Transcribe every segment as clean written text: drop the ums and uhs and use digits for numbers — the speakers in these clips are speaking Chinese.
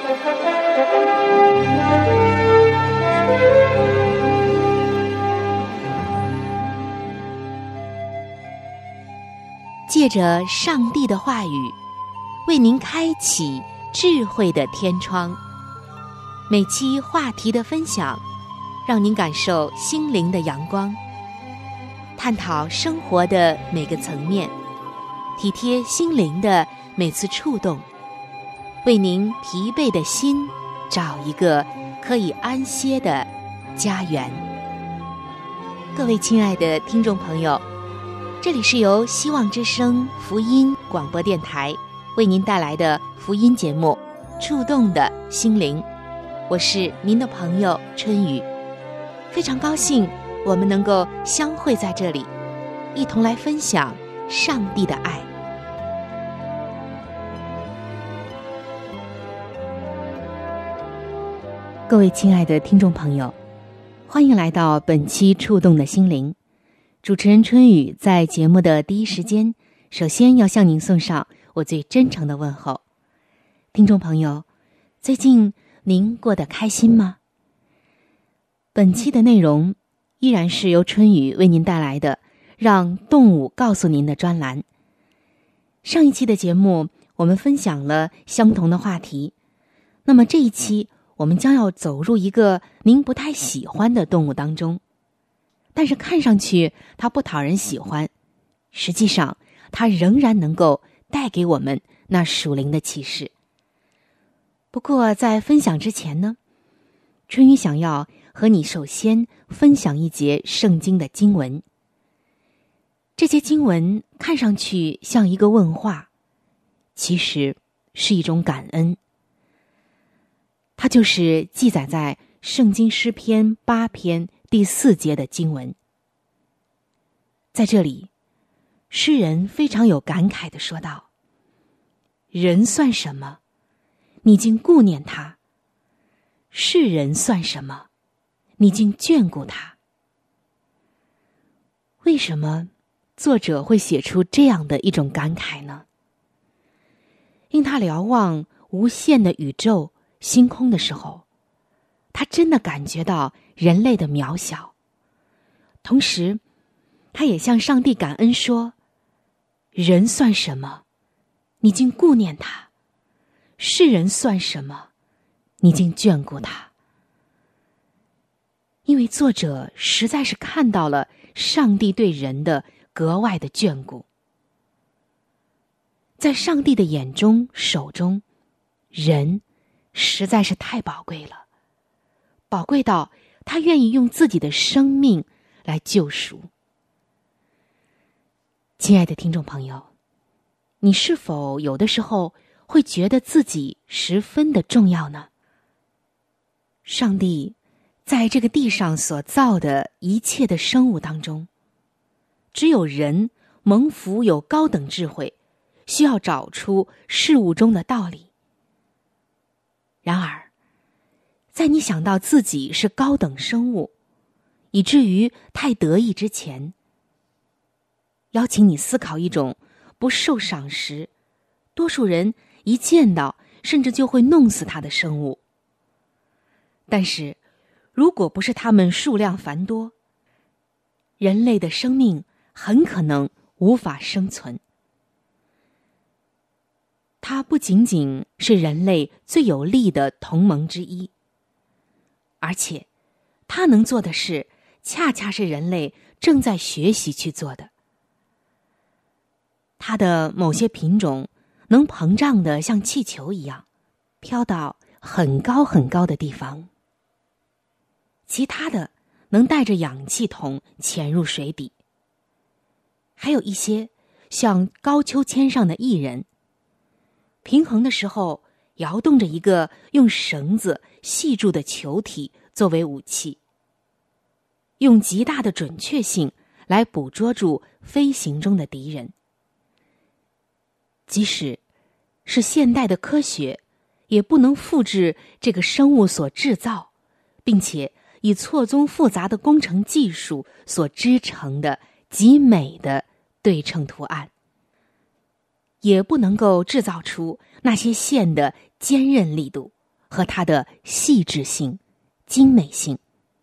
借着上帝的话语，为您开启智慧的天窗。每期话题的分享，让您感受心灵的阳光，探讨生活的每个层面，体贴心灵的每次触动，为您疲惫的心找一个可以安歇的家园。各位亲爱的听众朋友，这里是由希望之声福音广播电台为您带来的福音节目《触动的心灵》，我是您的朋友春雨，非常高兴我们能够相会在这里，一同来分享上帝的爱。各位亲爱的听众朋友，欢迎来到本期《触动的心灵》。主持人春雨在节目的第一时间，首先要向您送上我最真诚的问候。听众朋友，最近您过得开心吗？本期的内容依然是由春雨为您带来的让动物告诉您的专栏。上一期的节目我们分享了相同的话题，那么这一期我们将要走入一个您不太喜欢的动物当中，但是看上去它不讨人喜欢，实际上它仍然能够带给我们那属灵的启示。不过在分享之前呢，春雨想要和你首先分享一节圣经的经文。这节经文看上去像一个问话，其实是一种感恩。它就是记载在圣经诗篇8篇第4节的经文。在这里，诗人非常有感慨地说道：人算什么，你竟顾念他；世人算什么，你竟眷顾他。为什么作者会写出这样的一种感慨呢？因他瞭望无限的宇宙星空的时候，他真的感觉到人类的渺小，同时他也向上帝感恩说：人算什么，你竟顾念他；世人算什么，你竟眷顾他。因为作者实在是看到了上帝对人的格外的眷顾。在上帝的眼中手中，人实在是太宝贵了，宝贵到他愿意用自己的生命来救赎。亲爱的听众朋友，你是否有的时候会觉得自己十分的重要呢？上帝在这个地上所造的一切的生物当中，只有人蒙福有高等智慧，需要找出事物中的道理。然而，在你想到自己是高等生物，以至于太得意之前，邀请你思考一种不受赏识，多数人一见到甚至就会弄死它的生物。但是如果不是它们数量繁多，人类的生命很可能无法生存。它不仅仅是人类最有力的同盟之一，而且它能做的事恰恰是人类正在学习去做的。它的某些品种能膨胀得像气球一样，飘到很高很高的地方，其他的能带着氧气筒潜入水底，还有一些像高秋千上的艺人，平衡的时候摇动着一个用绳子系住的球体作为武器，用极大的准确性来捕捉住飞行中的敌人。即使是现代的科学，也不能复制这个生物所制造，并且以错综复杂的工程技术所织成的极美的对称图案，也不能够制造出那些线的坚韧力度， 和它的细致性、精美性。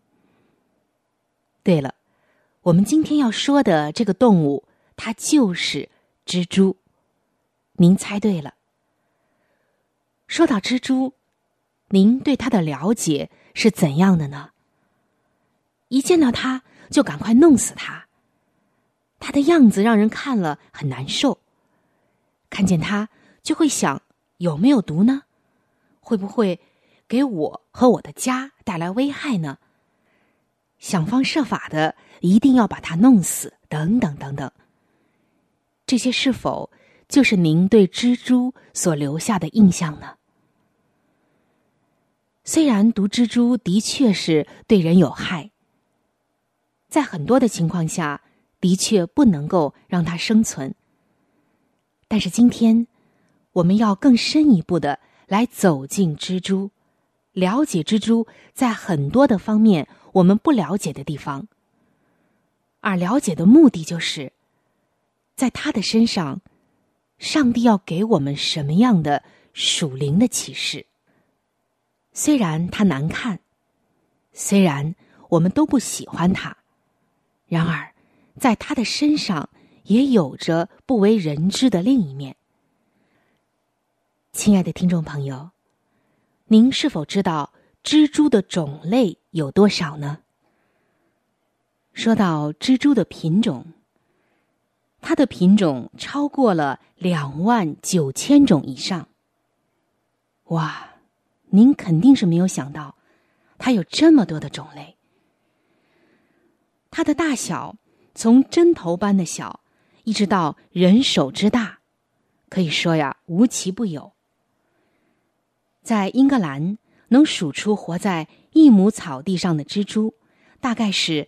对了，我们今天要说的这个动物，它就是蜘蛛。您猜对了。说到蜘蛛，您对它的了解是怎样的呢？一见到它就赶快弄死它，它的样子让人看了很难受。看见它就会想，有没有毒呢？会不会给我和我的家带来危害呢？想方设法的一定要把它弄死，等等等等。这些是否就是您对蜘蛛所留下的印象呢？虽然毒蜘蛛的确是对人有害，在很多的情况下的确不能够让它生存，但是今天我们要更深一步的来走进蜘蛛，了解蜘蛛在很多的方面我们不了解的地方，而了解的目的就是在它的身上，上帝要给我们什么样的属灵的启示。虽然它难看，虽然我们都不喜欢它，然而在它的身上也有着不为人知的另一面。亲爱的听众朋友，您是否知道蜘蛛的种类有多少呢？说到蜘蛛的品种，它的品种超过了29000种以上。哇，您肯定是没有想到它有这么多的种类。它的大小从针头般的小一直到人手之大，可以说呀，无奇不有。在英格兰能数出活在1亩草地上的蜘蛛大概是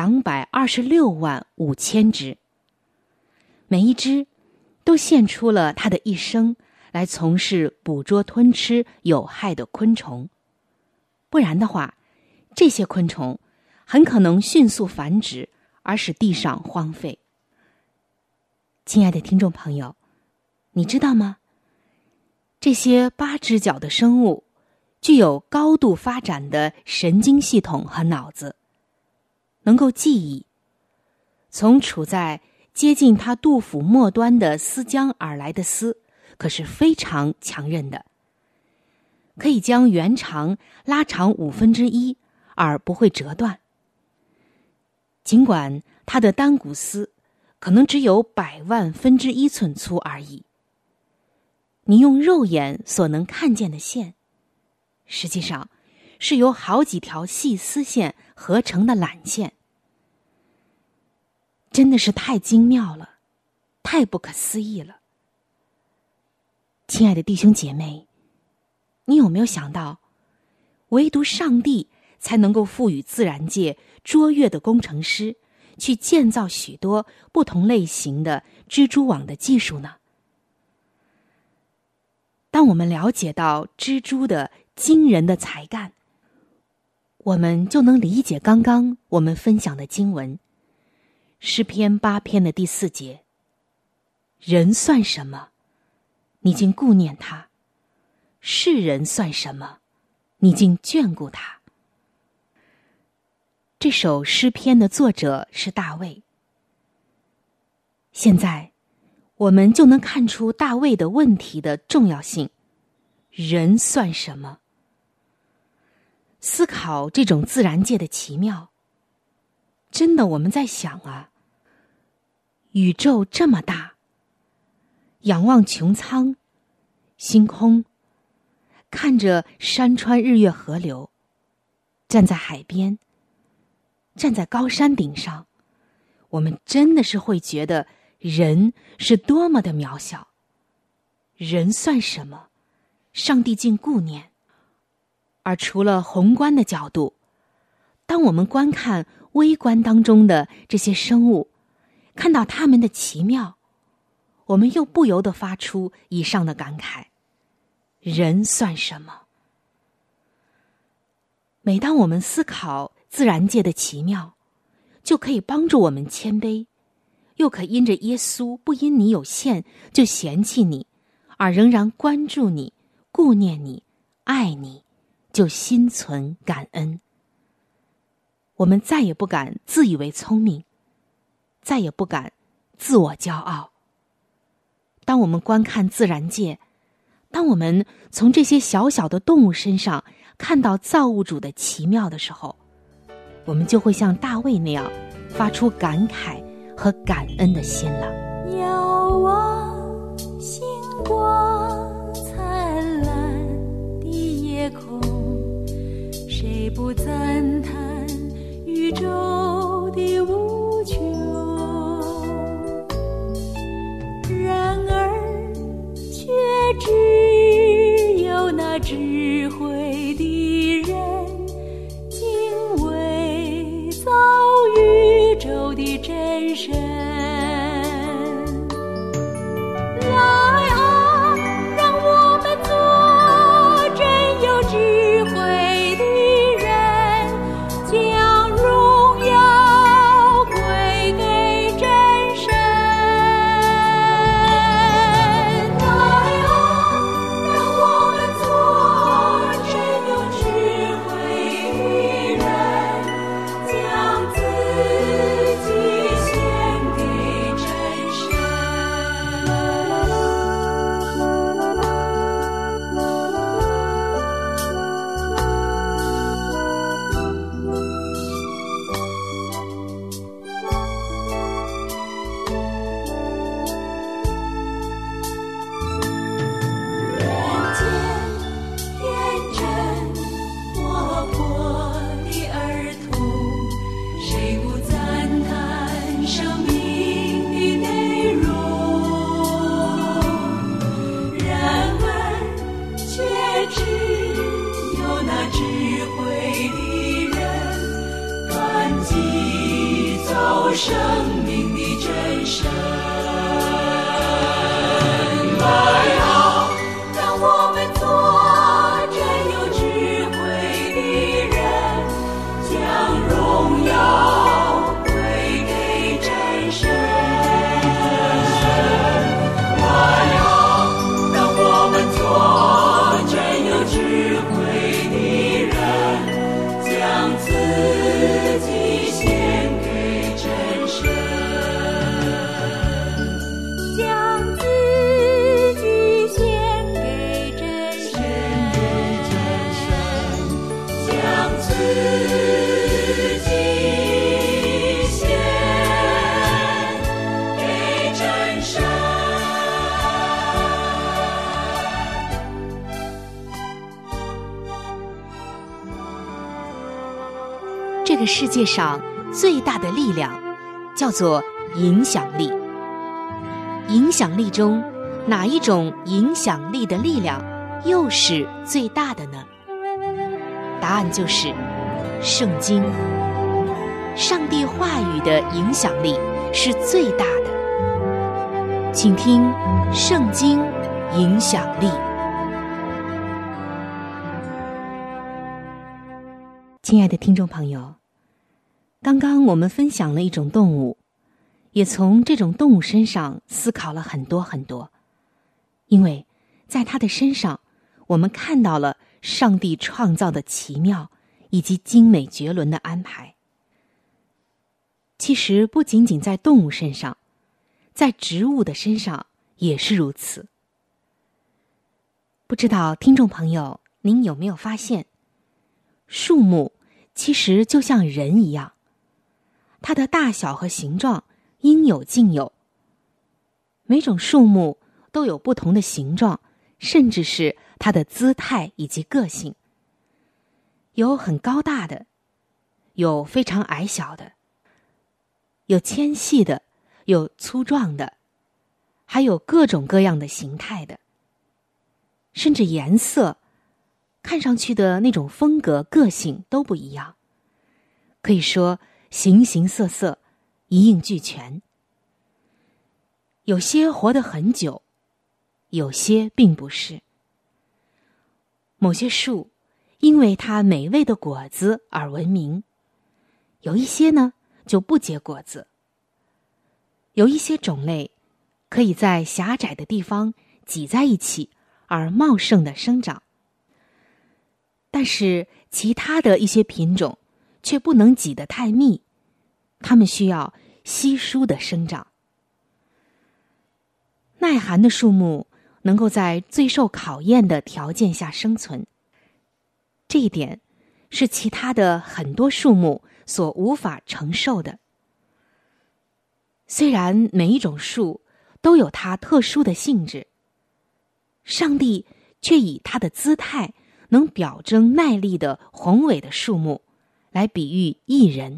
2265000只，每一只都献出了它的一生来从事捕捉吞吃有害的昆虫，不然的话，这些昆虫很可能迅速繁殖而使地上荒废。亲爱的听众朋友，你知道吗？这些8只脚的生物具有高度发展的神经系统和脑子，能够记忆，从处在接近它肚腹末端的丝浆而来的丝可是非常强韧的，可以将原长拉长1/5而不会折断。尽管它的单股丝可能只有100万分之1寸粗而已，你用肉眼所能看见的线，实际上是由好几条细丝线合成的缆线。真的是太精妙了，太不可思议了。亲爱的弟兄姐妹，你有没有想到，唯独上帝才能够赋予自然界卓越的工程师去建造许多不同类型的蜘蛛网的技术呢？当我们了解到蜘蛛的惊人的才干，我们就能理解刚刚我们分享的经文，诗篇8篇的第4节，人算什么？你竟顾念他；世人算什么？你竟眷顾他。这首诗篇的作者是大卫。现在我们就能看出大卫的问题的重要性。人算什么？思考这种自然界的奇妙，真的我们在想啊，宇宙这么大，仰望穹苍星空，看着山川日月河流，站在海边，站在高山顶上，我们真的是会觉得人是多么的渺小。人算什么？上帝竟顾念。而除了宏观的角度，当我们观看微观当中的这些生物，看到它们的奇妙，我们又不由得发出以上的感慨：人算什么？每当我们思考自然界的奇妙，就可以帮助我们谦卑，又可因着耶稣不因你有限就嫌弃你，而仍然关注你、顾念你、爱你、 就心存感恩。我们再也不敢自以为聪明，再也不敢自我骄傲。当我们观看自然界，当我们从这些小小的动物身上看到造物主的奇妙的时候，我们就会像大卫那样发出感慨和感恩的心了。 遥望星光灿烂的夜空，谁不赞叹宇宙的无穷？然而却只有那智慧的人敬畏造宇宙的真神。来啊，让我们做真有智慧的人，将荣耀归给真神。来啊，让我们做真有智慧的人，将自己献给真神。人间天真活泼的儿童，谁不赞叹生命的内容？然而却只有那智慧的人感激造生命的真神。来啊，让我们做真有智慧的人，将荣耀归给真神。来啊，让我们做真有智慧的人，将自己献给真神。将自己献给真神，将自己献给真神。 这个世界上最大的力量叫做影响力。影响力中，哪一种影响力的力量又是最大的呢？答案就是圣经。上帝话语的影响力是最大的。请听圣经影响力。亲爱的听众朋友，刚刚我们分享了一种动物，也从这种动物身上思考了很多很多，因为在它的身上，我们看到了上帝创造的奇妙以及精美绝伦的安排。其实不仅仅在动物身上，在植物的身上也是如此。不知道听众朋友您有没有发现，树木其实就像人一样，它的大小和形状应有尽有。每种树木都有不同的形状，甚至是它的姿态以及个性。有很高大的，有非常矮小的，有纤细的，有粗壮的，还有各种各样的形态的，甚至颜色看上去的那种风格个性都不一样，可以说形形色色，一应俱全。有些活得很久，有些并不是。某些树因为它美味的果子而闻名，有一些呢就不结果子。有一些种类可以在狭窄的地方挤在一起而茂盛的生长， 但是其他的一些品种却不能挤得太密，它们需要稀疏的生长。耐寒的树木能够在最受考验的条件下生存，这一点是其他的很多树木所无法承受的。虽然每一种树都有它特殊的性质，上帝却以它的姿态能表征耐力的宏伟的树木来比喻义人，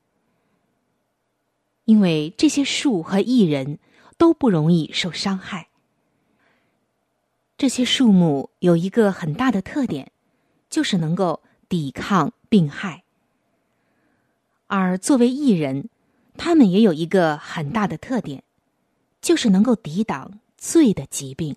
因为这些树和义人都不容易受伤害。这些树木有一个很大的特点，就是能够抵抗病害。而作为义人，他们也有一个很大的特点，就是能够抵挡罪的疾病。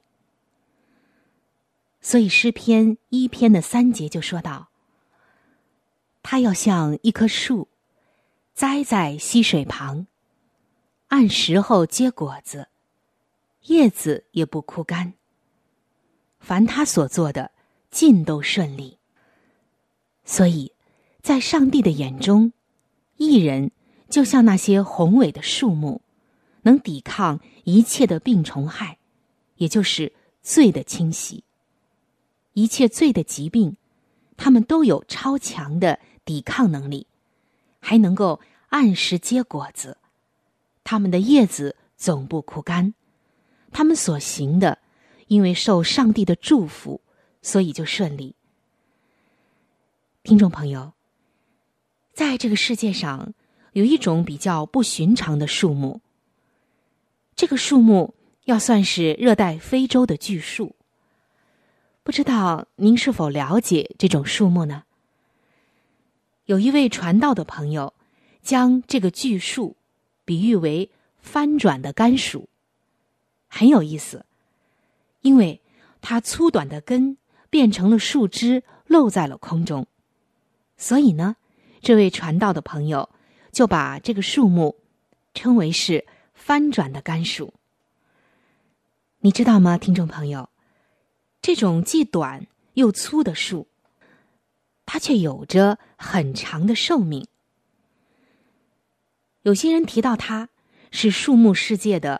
所以诗篇1篇的3节就说到，他要像一棵树，栽在溪水旁，按时候结果子，叶子也不枯干。凡他所做的，尽都顺利。所以，在上帝的眼中，义人就像那些宏伟的树木，能抵抗一切的病虫害，也就是罪的侵袭。一切罪的疾病，他们都有超强的抵抗能力，还能够按时结果子。他们的叶子总不枯干，他们所行的，因为受上帝的祝福，所以就顺利。听众朋友，在这个世界上有一种比较不寻常的树木，这个树木要算是热带非洲的巨树。不知道您是否了解这种树木呢？有一位传道的朋友将这个巨树比喻为翻转的甘薯，很有意思，因为它粗短的根变成了树枝，露在了空中。所以呢，这位传道的朋友就把这个树木称为是翻转的甘薯。你知道吗，听众朋友，这种既短又粗的树，它却有着很长的寿命。有些人提到它是树木世界的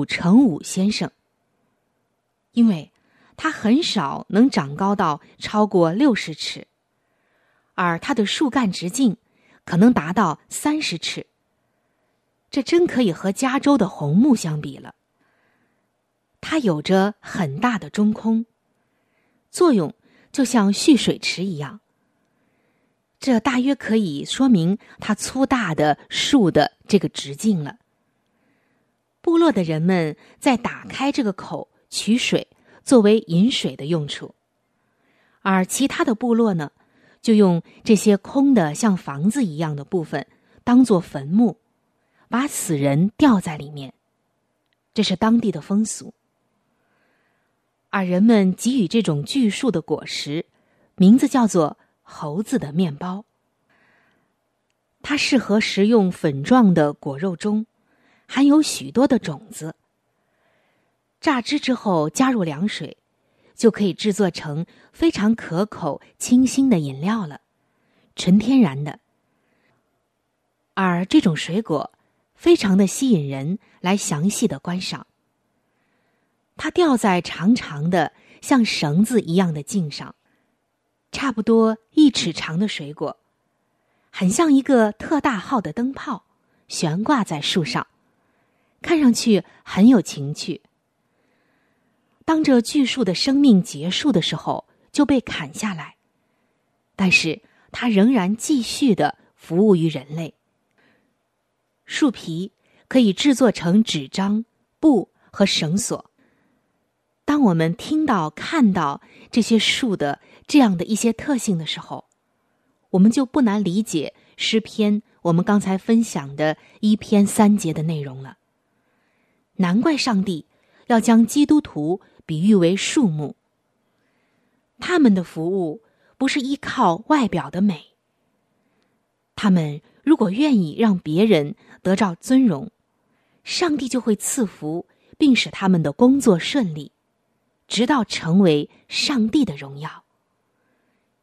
5×5先生，因为它很少能长高到超过60尺，而它的树干直径可能达到30尺，这真可以和加州的红木相比了。它有着很大的中空，作用就像蓄水池一样，这大约可以说明它粗大的树的这个直径了。部落的人们在打开这个口取水，作为饮水的用处，而其他的部落呢，就用这些空的像房子一样的部分当作坟墓，把死人吊在里面，这是当地的风俗。而人们给予这种巨树的果实，名字叫做猴子的面包。它适合食用粉状的果肉中，含有许多的种子。榨汁之后加入凉水，就可以制作成非常可口清新的饮料了，纯天然的。而这种水果非常的吸引人来详细的观赏。它吊在长长的像绳子一样的茎上，差不多1尺长的水果，很像一个特大号的灯泡，悬挂在树上，看上去很有情趣。当这巨树的生命结束的时候，就被砍下来，但是它仍然继续地服务于人类。树皮可以制作成纸张、布和绳索。当我们听到、看到这些树的这样的一些特性的时候，我们就不难理解诗篇我们刚才分享的1篇3节的内容了。难怪上帝要将基督徒比喻为树木，他们的服务不是依靠外表的美，他们如果愿意让别人得到尊荣，上帝就会赐福并使他们的工作顺利，直到成为上帝的荣耀。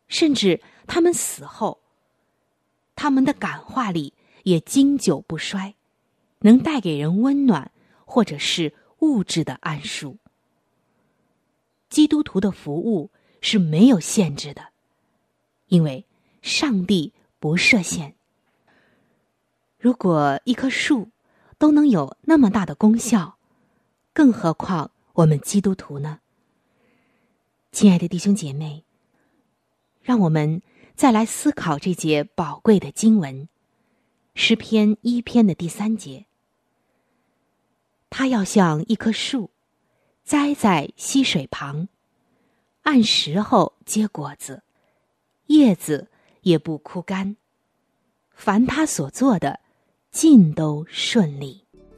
甚至他们死后，他们的感化力也经久不衰，能带给人温暖或者是物质的安舒。基督徒的服务是没有限制的，因为上帝不设限。如果一棵树都能有那么大的功效，更何况我们基督徒呢？亲爱的弟兄姐妹，让我们再来思考这节宝贵的经文，诗篇1篇的第3节。他要像一棵树，栽在溪水旁，按时候结果子，叶子也不枯干，凡他所做的，尽都顺利。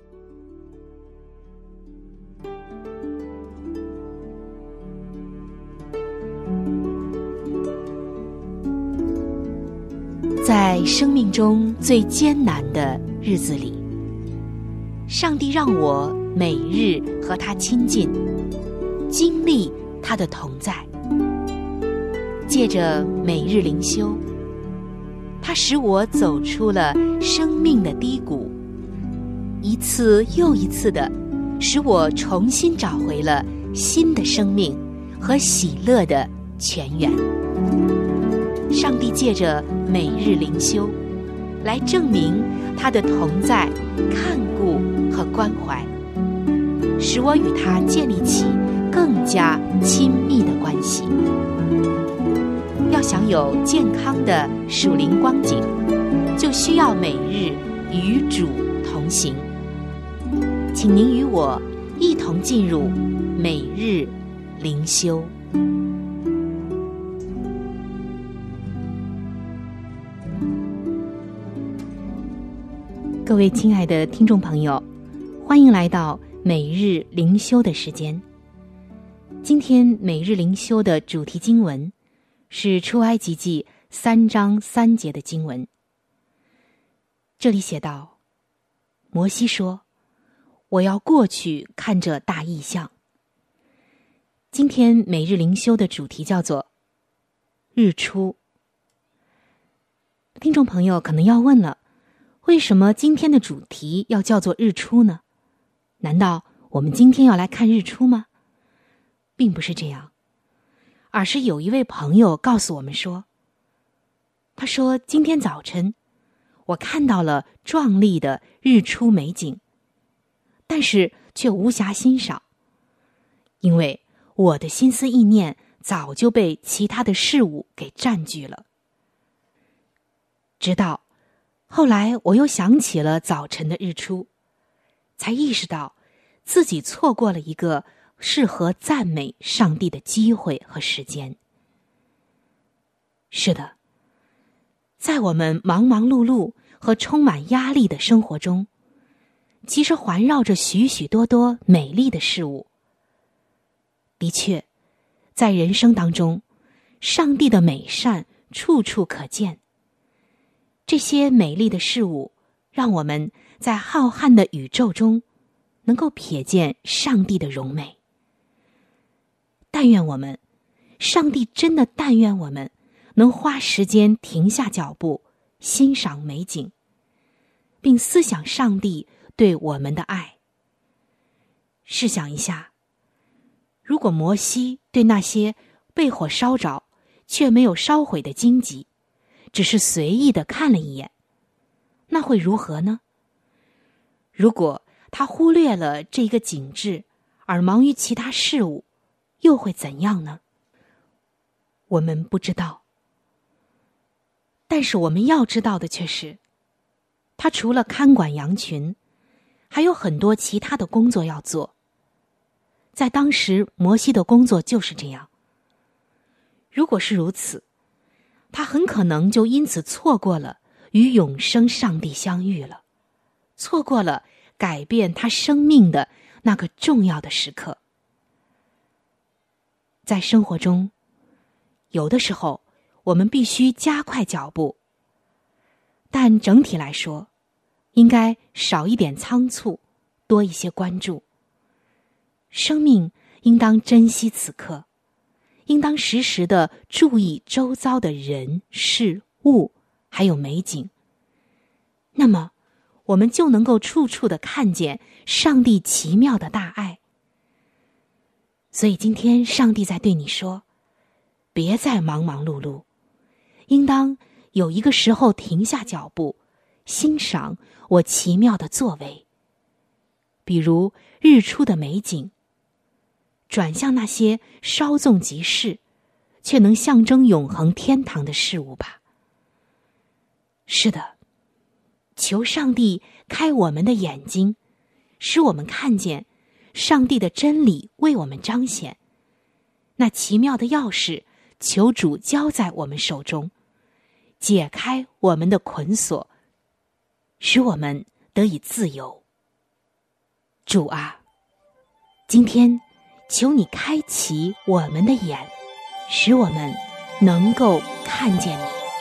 在生命中最艰难的日子里，上帝让我每日和他亲近，经历他的同在。借着每日灵修，他使我走出了生命的低谷，一次又一次的使我重新找回了新的生命和喜乐的泉源。上帝借着每日灵修来证明他的同在、看顾和关怀，使我与他建立起更加亲密的关系。要享有健康的属灵光景，就需要每日与主同行。请您与我一同进入每日灵修。各位亲爱的听众朋友，欢迎来到每日灵修的时间。今天每日灵修的主题经文是出埃及记3章3节的经文。这里写道：摩西说，我要过去看这大异象。今天每日灵修的主题叫做日出。听众朋友可能要问了，为什么今天的主题要叫做日出呢？难道我们今天要来看日出吗？并不是这样，而是有一位朋友告诉我们说，他说今天早晨我看到了壮丽的日出美景，但是却无暇欣赏，因为我的心思意念早就被其他的事物给占据了。直到后来我又想起了早晨的日出，才意识到自己错过了一个适合赞美上帝的机会和时间。是的，在我们忙忙碌碌和充满压力的生活中，其实环绕着许许多多美丽的事物。的确，在人生当中，上帝的美善处处可见。这些美丽的事物让我们在浩瀚的宇宙中能够瞥见上帝的荣美。但愿我们，上帝真的但愿我们能花时间停下脚步，欣赏美景，并思想上帝对我们的爱。试想一下，如果摩西对那些被火烧着却没有烧毁的荆棘只是随意地看了一眼，那会如何呢？如果他忽略了这个景致而忙于其他事物，又会怎样呢？我们不知道。但是我们要知道的却是，他除了看管羊群，还有很多其他的工作要做。在当时摩西的工作就是这样。如果是如此，他很可能就因此错过了与永生上帝相遇了，错过了改变他生命的那个重要的时刻。在生活中，有的时候我们必须加快脚步，但整体来说，应该少一点仓促，多一些关注。生命应当珍惜此刻， 应当时时地注意周遭的人事物还有美景，那么我们就能够处处地看见上帝奇妙的大爱。所以今天上帝在对你说，别再忙忙碌碌，应当有一个时候停下脚步，欣赏我奇妙的作为，比如日出的美景，转向那些稍纵即逝却能象征永恒天堂的事物吧。是的，求上帝开我们的眼睛，使我们看见上帝的真理为我们彰显，那奇妙的钥匙求主交在我们手中，解开我们的捆锁，使我们得以自由。主啊，今天求你开启我们的眼，使我们能够看见你。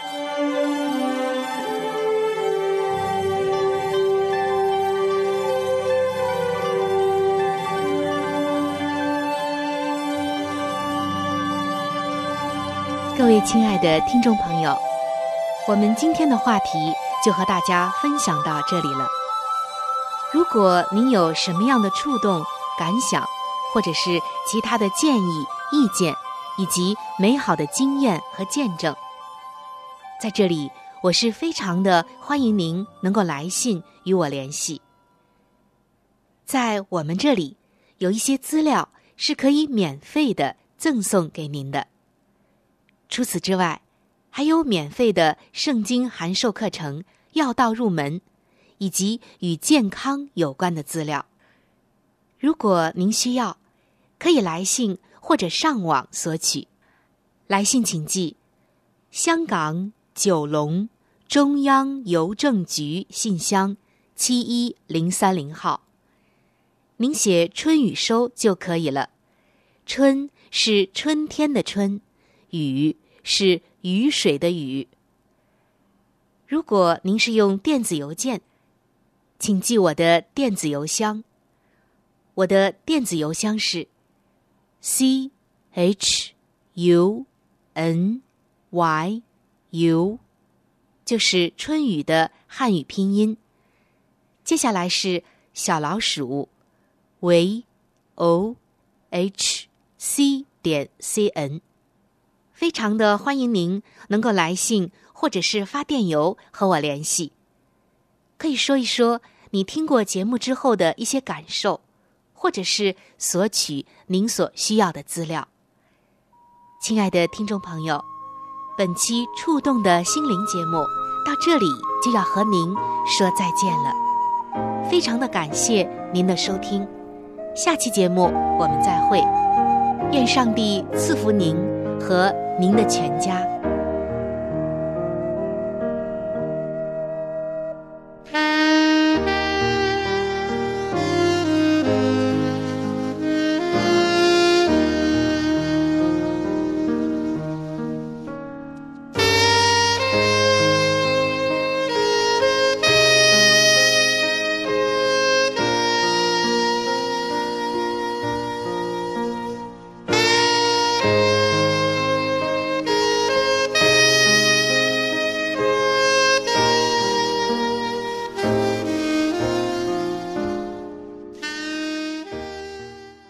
各位亲爱的听众朋友，我们今天的话题就和大家分享到这里了。如果您有什么样的触动、感想，或者是其他的建议、意见，以及美好的经验和见证，在这里我是非常的欢迎您能够来信与我联系。在我们这里有一些资料是可以免费的赠送给您的。除此之外，还有免费的圣经函授课程要道入门，以及与健康有关的资料。如果您需要，可以来信或者上网索取。来信请寄香港九龙中央邮政局信箱71030号，您写春雨收就可以了。春是春天的春，雨是雨水的雨。如果您是用电子邮件，请记我的电子邮箱。我的电子邮箱是 CHUNYU， 就是春雨的汉语拼音。接下来是小老鼠vohc.cn。非常的欢迎您能够来信或者是发电邮和我联系，可以说一说你听过节目之后的一些感受，或者是索取您所需要的资料。亲爱的听众朋友，本期触动的心灵节目到这里就要和您说再见了，非常的感谢您的收听，下期节目我们再会，愿上帝赐福您和您的全家。